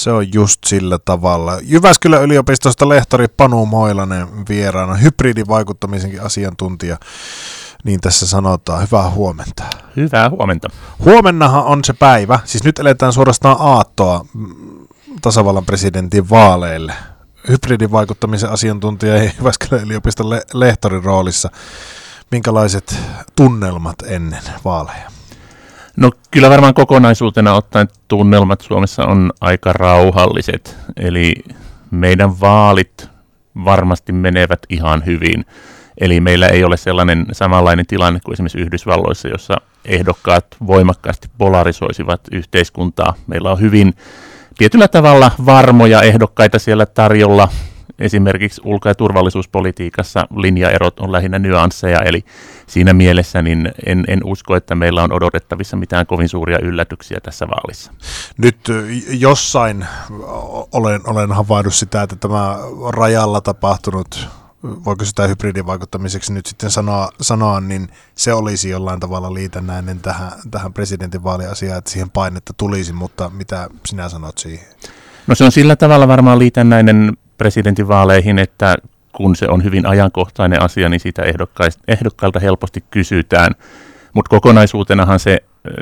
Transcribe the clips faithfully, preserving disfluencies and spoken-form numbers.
Se on just sillä tavalla. Jyväskylän yliopistosta lehtori Panu Moilanen vieraana, hybridivaikuttamisenkin asiantuntija, niin tässä sanotaan. Hyvää huomenta. Hyvää huomenta. Huomennahan on se päivä, siis nyt eletään suorastaan aattoa tasavallan presidentin vaaleille. Hybridivaikuttamisen asiantuntija ja Jyväskylän yliopiston le- lehtorin roolissa. Minkälaiset tunnelmat ennen vaaleja? No kyllä varmaan kokonaisuutena ottaen tunnelmat Suomessa on aika rauhalliset, eli meidän vaalit varmasti menevät ihan hyvin. Eli meillä ei ole sellainen samanlainen tilanne kuin esimerkiksi Yhdysvalloissa, jossa ehdokkaat voimakkaasti polarisoisivat yhteiskuntaa. Meillä on hyvin tietyllä tavalla varmoja ehdokkaita siellä tarjolla. Esimerkiksi ulko- ja turvallisuuspolitiikassa linjaerot on lähinnä nyansseja, eli siinä mielessä niin en, en usko, että meillä on odotettavissa mitään kovin suuria yllätyksiä tässä vaalissa. Nyt jossain olen, olen havainnut sitä, että tämä rajalla tapahtunut, voiko sitä hybridivaikuttamiseksi nyt sitten sanoa, sanoa, niin se olisi jollain tavalla liitännäinen tähän, tähän presidentinvaaliasiaan, että siihen painetta tulisi, mutta mitä sinä sanot siihen? No se on sillä tavalla varmaan liitännäinen presidentinvaaleihin, että kun se on hyvin ajankohtainen asia, niin siitä ehdokkailta helposti kysytään. Mutta kokonaisuutenahan se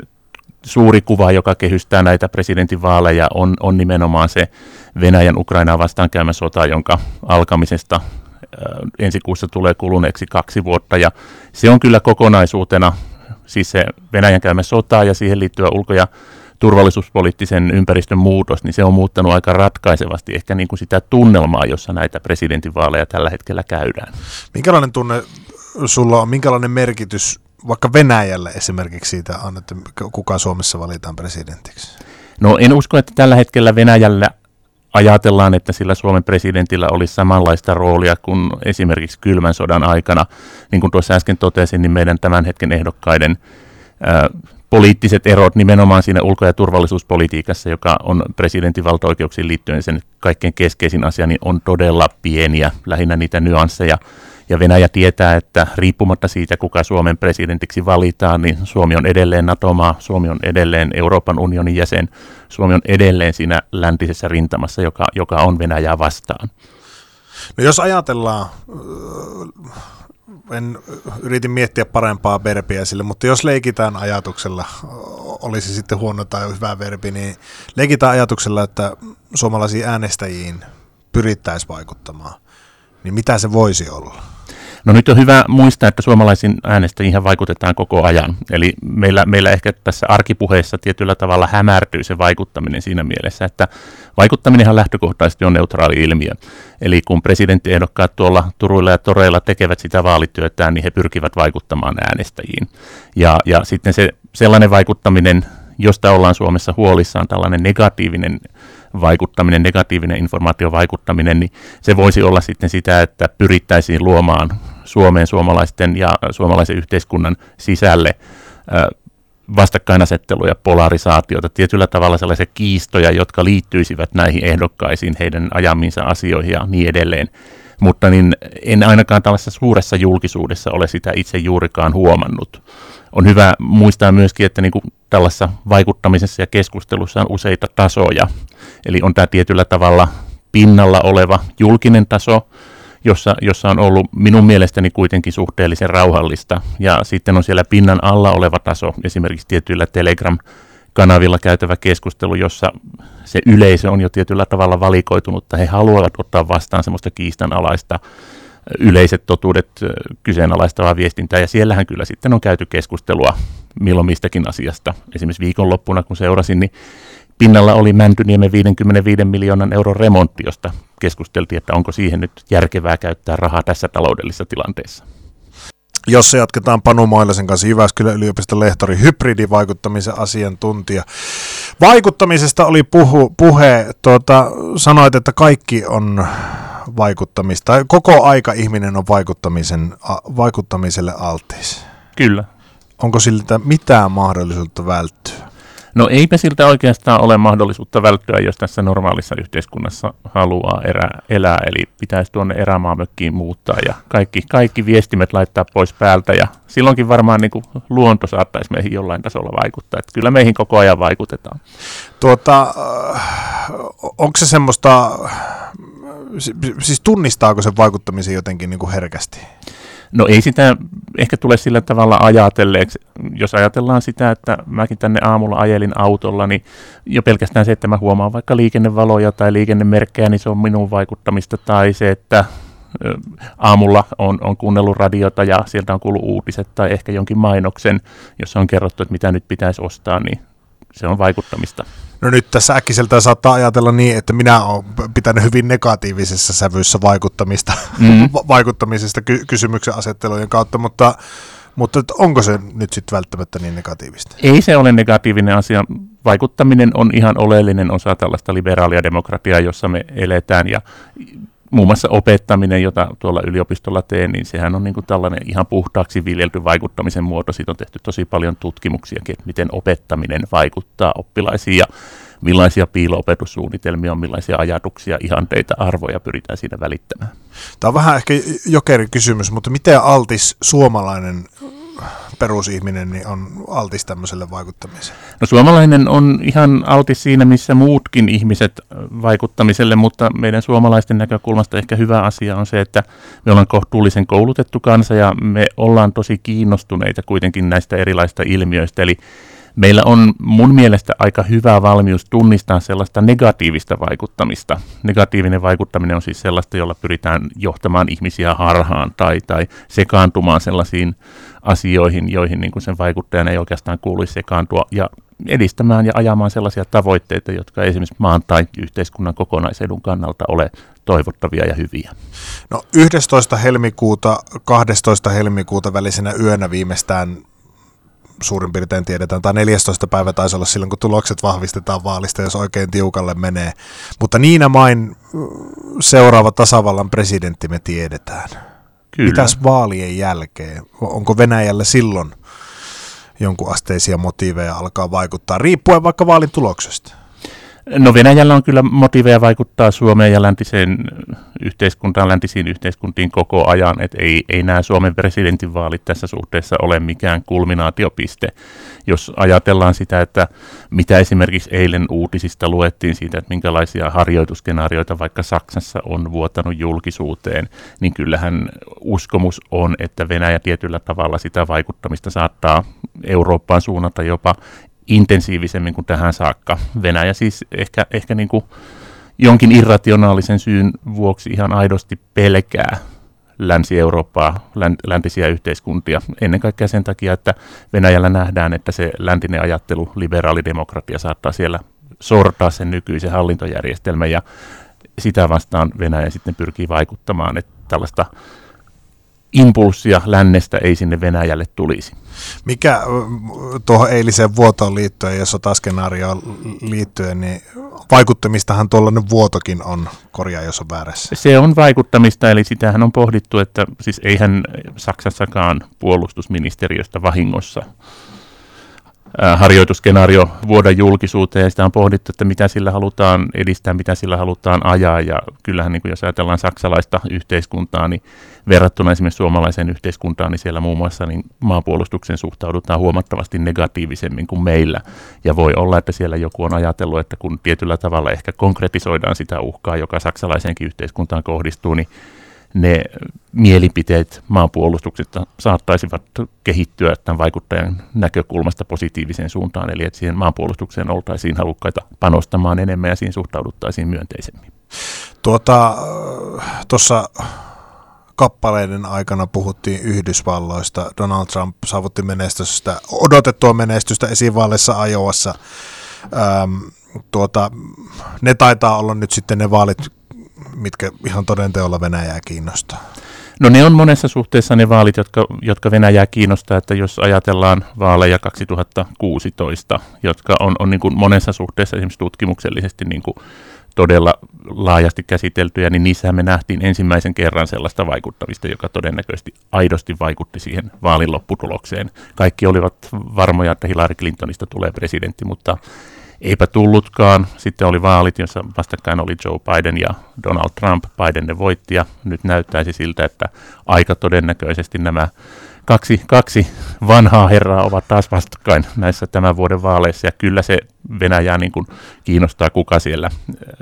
suuri kuva, joka kehystää näitä presidentinvaaleja, on, on nimenomaan se Venäjän Ukrainaa vastaan käymä sota, jonka alkamisesta ensi kuussa tulee kuluneeksi kaksi vuotta. Ja se on kyllä kokonaisuutena, siis se Venäjän käymä sota ja siihen liittyvä ulko- ja turvallisuuspoliittisen ympäristön muutos, niin se on muuttanut aika ratkaisevasti ehkä niin kuin sitä tunnelmaa, jossa näitä presidentinvaaleja tällä hetkellä käydään. Minkälainen tunne sulla on, minkälainen merkitys vaikka Venäjälle esimerkiksi siitä on, että kuka Suomessa valitaan presidentiksi? No en usko, että tällä hetkellä Venäjällä ajatellaan, että sillä Suomen presidentillä olisi samanlaista roolia kuin esimerkiksi kylmän sodan aikana. Niin kuin tuossa äsken totesin, niin meidän tämän hetken ehdokkaiden ää, poliittiset erot nimenomaan siinä ulko- ja turvallisuuspolitiikassa, joka on presidentin valtaoikeuksiin liittyen sen kaikkein keskeisin asia, niin on todella pieniä, lähinnä niitä nyansseja. Ja Venäjä tietää, että riippumatta siitä, kuka Suomen presidentiksi valitaan, niin Suomi on edelleen NATO-maa, Suomi on edelleen Euroopan unionin jäsen, Suomi on edelleen siinä läntisessä rintamassa, joka, joka on Venäjää vastaan. No jos ajatellaan, en yritin miettiä parempaa verbiä sille, mutta jos leikitään ajatuksella, olisi sitten huono tai hyvä verbi, niin leikitään ajatuksella, että suomalaisiin äänestäjiin pyrittäisiin vaikuttamaan, niin mitä se voisi olla? No nyt on hyvä muistaa, että suomalaisiin äänestäjiin vaikutetaan koko ajan. Eli meillä, meillä ehkä tässä arkipuheessa tietyllä tavalla hämärtyy se vaikuttaminen siinä mielessä, että vaikuttaminenhan lähtökohtaisesti on neutraali ilmiö. Eli kun presidenttiehdokkaat tuolla turuilla ja toreilla tekevät sitä vaalityötään, niin he pyrkivät vaikuttamaan äänestäjiin. Ja, ja sitten se sellainen vaikuttaminen, josta ollaan Suomessa huolissaan, tällainen negatiivinen vaikuttaminen, negatiivinen informaatiovaikuttaminen, niin se voisi olla sitten sitä, että pyrittäisiin luomaan Suomeen suomalaisten ja suomalaisen yhteiskunnan sisälle vastakkainasetteluja, polarisaatiota, tietyllä tavalla sellaisia kiistoja, jotka liittyisivät näihin ehdokkaisiin, heidän ajamiinsa asioihin ja niin edelleen. Mutta niin en ainakaan tällaisessa suuressa julkisuudessa ole sitä itse juurikaan huomannut. On hyvä muistaa myöskin, että niin kuin tällaisessa vaikuttamisessa ja keskustelussa on useita tasoja. Eli on tämä tietyllä tavalla pinnalla oleva julkinen taso, jossa, jossa on ollut minun mielestäni kuitenkin suhteellisen rauhallista. Ja sitten on siellä pinnan alla oleva taso, esimerkiksi tietyillä Telegram-kanavilla käytävä keskustelu, jossa se yleisö on jo tietyllä tavalla valikoitunut, että he haluavat ottaa vastaan semmoista kiistanalaista yleiset totuudet kyseenalaistavaa viestintää, ja siellähän kyllä sitten on käyty keskustelua milloin mistäkin asiasta. Esimerkiksi viikonloppuna, kun seurasin, niin pinnalla oli Mäntyniemen viisikymmentäviisi miljoonan euron remontti, josta keskusteltiin, että onko siihen nyt järkevää käyttää rahaa tässä taloudellisessa tilanteessa. Jos se jatketaan Panu Moilasen kanssa, Jyväskylän yliopiston lehtori, hybridivaikuttamisen asiantuntija. Vaikuttamisesta oli puhu, puhe, tuota, sanoit, että kaikki on vaikuttamista. Koko aika ihminen on vaikuttamisen, vaikuttamiselle alttiis. Kyllä. Onko siltä mitään mahdollisuutta välttyä? No eipä siltä oikeastaan ole mahdollisuutta välttyä, jos tässä normaalissa yhteiskunnassa haluaa erä, elää, eli pitäisi tuonne erämaamökkiin muuttaa ja kaikki, kaikki viestimet laittaa pois päältä, ja silloinkin varmaan niin kuin luonto saattaisi meihin jollain tasolla vaikuttaa, että kyllä meihin koko ajan vaikutetaan. Tuota, onko se semmoista, siis tunnistaako se vaikuttamisen jotenkin niin kuin herkästi? No ei sitä ehkä tule sillä tavalla ajatelleeksi. Jos ajatellaan sitä, että mäkin tänne aamulla ajelin autolla, niin jo pelkästään se, että mä huomaan vaikka liikennevaloja tai liikennemerkkejä, niin se on minun vaikuttamista. Tai se, että aamulla on, on kuunnellut radiota ja sieltä on kuullut uutiset tai ehkä jonkin mainoksen, jossa on kerrottu, että mitä nyt pitäisi ostaa, niin se on vaikuttamista. No nyt tässä äkkiseltään saattaa ajatella niin, että minä olen pitänyt hyvin negatiivisessa sävyssä vaikuttamista, mm. vaikuttamisesta ky- kysymyksen asettelujen kautta, mutta, mutta onko se nyt sitten välttämättä niin negatiivista? Ei se ole negatiivinen asia. Vaikuttaminen on ihan oleellinen osa tällaista liberaalia demokratiaa, jossa me eletään, ja muun muassa opettaminen, jota tuolla yliopistolla teen, niin sehän on niin kuin tällainen ihan puhtaaksi viljelty vaikuttamisen muoto. Siitä on tehty tosi paljon tutkimuksia, että miten opettaminen vaikuttaa oppilaisiin ja millaisia piilo-opetussuunnitelmia on, millaisia ajatuksia, ihanteita, arvoja pyritään siinä välittämään. Tämä on vähän ehkä jokerikysymys, mutta miten altis suomalainen perusihminen niin on altis tämmöiselle vaikuttamiselle? No suomalainen on ihan altis siinä, missä muutkin ihmiset vaikuttamiselle, mutta meidän suomalaisten näkökulmasta ehkä hyvä asia on se, että me ollaan kohtuullisen koulutettu kansa ja me ollaan tosi kiinnostuneita kuitenkin näistä erilaisista ilmiöistä, eli meillä on mun mielestä aika hyvä valmius tunnistaa sellaista negatiivista vaikuttamista. Negatiivinen vaikuttaminen on siis sellaista, jolla pyritään johtamaan ihmisiä harhaan tai, tai sekaantumaan sellaisiin asioihin, joihin niin kuin sen vaikuttajan ei oikeastaan kuuluisi sekaantua, ja edistämään ja ajamaan sellaisia tavoitteita, jotka esimerkiksi maan tai yhteiskunnan kokonaisedun kannalta ole toivottavia ja hyviä. No yhdestoista helmikuuta, kahdestoista helmikuuta välisenä yönä viimeistään suurin piirtein tiedetään, tai neljästoista päivä taisi olla silloin, kun tulokset vahvistetaan vaalista, jos oikein tiukalle menee. Mutta niinä main seuraava tasavallan presidentti me tiedetään. Kyllä. Mitäs vaalien jälkeen? Onko Venäjällä silloin jonkun asteisia motiiveja alkaa vaikuttaa, riippuen vaikka vaalin tuloksesta? No Venäjällä on kyllä motiiveja vaikuttaa Suomeen ja läntiseen yhteiskuntaan, läntisiin yhteiskuntiin koko ajan, että ei, ei nämä Suomen presidentinvaalit tässä suhteessa ole mikään kulminaatiopiste. Jos ajatellaan sitä, että mitä esimerkiksi eilen uutisista luettiin siitä, että minkälaisia harjoitusskenaarioita vaikka Saksassa on vuotanut julkisuuteen, niin kyllähän uskomus on, että Venäjä tietyllä tavalla sitä vaikuttamista saattaa Eurooppaan suunnata jopa intensiivisemmin kuin tähän saakka. Venäjä siis ehkä, ehkä niin kuin jonkin irrationaalisen syyn vuoksi ihan aidosti pelkää Länsi-Eurooppaa, läntisiä yhteiskuntia. Ennen kaikkea sen takia, että Venäjällä nähdään, että se läntinen ajattelu, liberaalidemokratia saattaa siellä sortaa sen nykyisen hallintojärjestelmän, ja sitä vastaan Venäjä sitten pyrkii vaikuttamaan, että tällaista impulssia lännestä ei sinne Venäjälle tulisi. Mikä tuohon eiliseen vuotoon liittyen ja sotaskenaarioon liittyen, niin vaikuttamistahan tuollainen vuotokin on, korjaa jos on väärässä. Se on vaikuttamista, eli sitähän on pohdittu, että siis eihän Saksassakaan puolustusministeriöstä vahingossa harjoitusskenaario vuoda julkisuuteen, ja sitä on pohdittu, että mitä sillä halutaan edistää, mitä sillä halutaan ajaa, ja kyllähän niin kuin jos ajatellaan saksalaista yhteiskuntaa, niin verrattuna esimerkiksi suomalaiseen yhteiskuntaan, niin siellä muun muassa niin maanpuolustuksen suhtaudutaan huomattavasti negatiivisemmin kuin meillä, ja voi olla, että siellä joku on ajatellut, että kun tietyllä tavalla ehkä konkretisoidaan sitä uhkaa, joka saksalaiseenkin yhteiskuntaan kohdistuu, niin ne mielipiteet maanpuolustuksesta saattaisivat kehittyä tämän vaikuttajan näkökulmasta positiiviseen suuntaan, eli että siihen maanpuolustukseen oltaisiin halukkaita panostamaan enemmän ja siihen suhtauduttaisiin myönteisemmin. Tuota, tuossa kappaleiden aikana puhuttiin Yhdysvalloista. Donald Trump saavutti menestystä, odotettua menestystä esivaaleissa Iowassa. Ähm, tuota, ne taitaa olla nyt sitten ne vaalit, mitkä ihan todenteolla Venäjää kiinnostaa. No ne on monessa suhteessa ne vaalit, jotka, jotka Venäjää kiinnostaa, että jos ajatellaan vaaleja kaksituhattakuusitoista, jotka on, on niin kuin monessa suhteessa esimerkiksi tutkimuksellisesti niin kuin todella laajasti käsiteltyjä, niin niissähän me nähtiin ensimmäisen kerran sellaista vaikuttamista, joka todennäköisesti aidosti vaikutti siihen vaalin lopputulokseen. Kaikki olivat varmoja, että Hillary Clintonista tulee presidentti, mutta eipä tullutkaan. Sitten oli vaalit, jossa vastakkain oli Joe Biden ja Donald Trump. Biden ne voitti, ja nyt näyttäisi siltä, että aika todennäköisesti nämä kaksi, kaksi vanhaa herraa ovat taas vastakkain näissä tämän vuoden vaaleissa. Ja kyllä se Venäjää niin kuin kiinnostaa, kuka siellä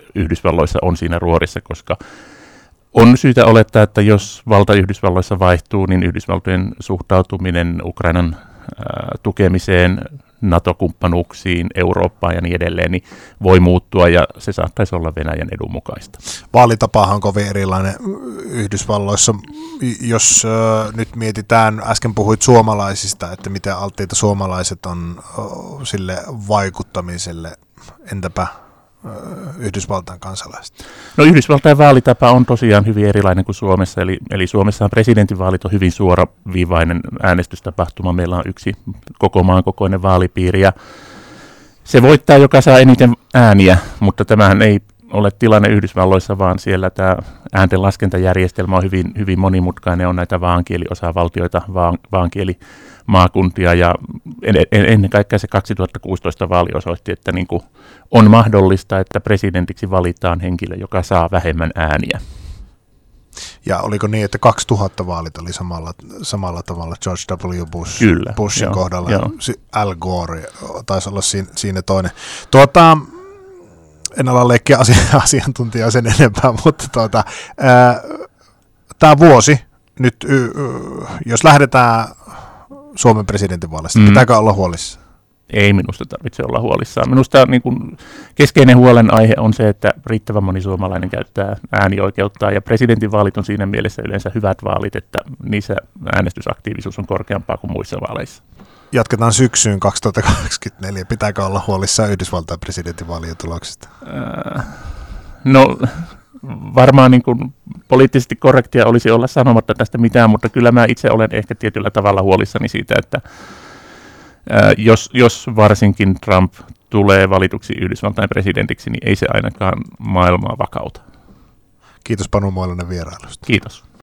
Yhdysvalloissa on siinä ruorissa, koska on syytä olettaa, että jos valta Yhdysvalloissa vaihtuu, niin Yhdysvaltojen suhtautuminen Ukrainan ää, tukemiseen, NATO-kumppanuuksiin, Eurooppaan ja niin edelleen, niin voi muuttua ja se saattaisi olla Venäjän edun mukaista. Vaalitapahan on kovin erilainen Yhdysvalloissa. Jos äh, nyt mietitään, äsken puhuit suomalaisista, että miten alttiita suomalaiset on äh, sille vaikuttamiselle, entäpä Yhdysvaltain kansalaiset? No Yhdysvaltain vaalitapa on tosiaan hyvin erilainen kuin Suomessa, eli, eli Suomessahan presidentinvaalit on hyvin suoraviivainen äänestystapahtuma. Meillä on yksi koko maan kokoinen vaalipiiri ja se voittaa, joka saa eniten ääniä, mutta tämähän ei ole tilanne Yhdysvalloissa, vaan siellä tämä äänten laskentajärjestelmä on hyvin, hyvin monimutkainen, on näitä vaankieliosavaltioita, vaan, vaankielimaakuntia ja ennen kaikkea se kaksituhattakuusitoista vaali osoitti, että niin kuin on mahdollista, että presidentiksi valitaan henkilö, joka saa vähemmän ääniä. Ja oliko niin, että kaksituhatta vaalit oli samalla, samalla tavalla George W. Bush, Kyllä, Bushin joo, kohdalla, joo. Al Gore taisi olla siinä, siinä toinen. Tuota, en ala leikkiä asiantuntijaa sen enempää, mutta tuota, tämä vuosi, nyt y, y, jos lähdetään Suomen presidentinvaaleista, mm. pitääkö olla huolissa? Ei minusta tarvitse olla huolissaan. Minusta niin kuin keskeinen huolenaihe on se, että riittävän moni suomalainen käyttää äänioikeuttaan, ja presidentinvaalit on siinä mielessä yleensä hyvät vaalit, että niissä äänestysaktiivisuus on korkeampaa kuin muissa vaaleissa. Jatketaan syksyyn kaksituhattakaksikymmentäneljä. Pitääkö olla huolissaan Yhdysvaltain presidentinvaalien tuloksista? Äh, no varmaan niin kuin poliittisesti korrektia olisi olla sanomatta tästä mitään, mutta kyllä mä itse olen ehkä tietyllä tavalla huolissani siitä, että äh, jos, jos varsinkin Trump tulee valituksi Yhdysvaltain presidentiksi, niin ei se ainakaan maailmaa vakauta. Kiitos Panu Moilanen vierailusta. Kiitos.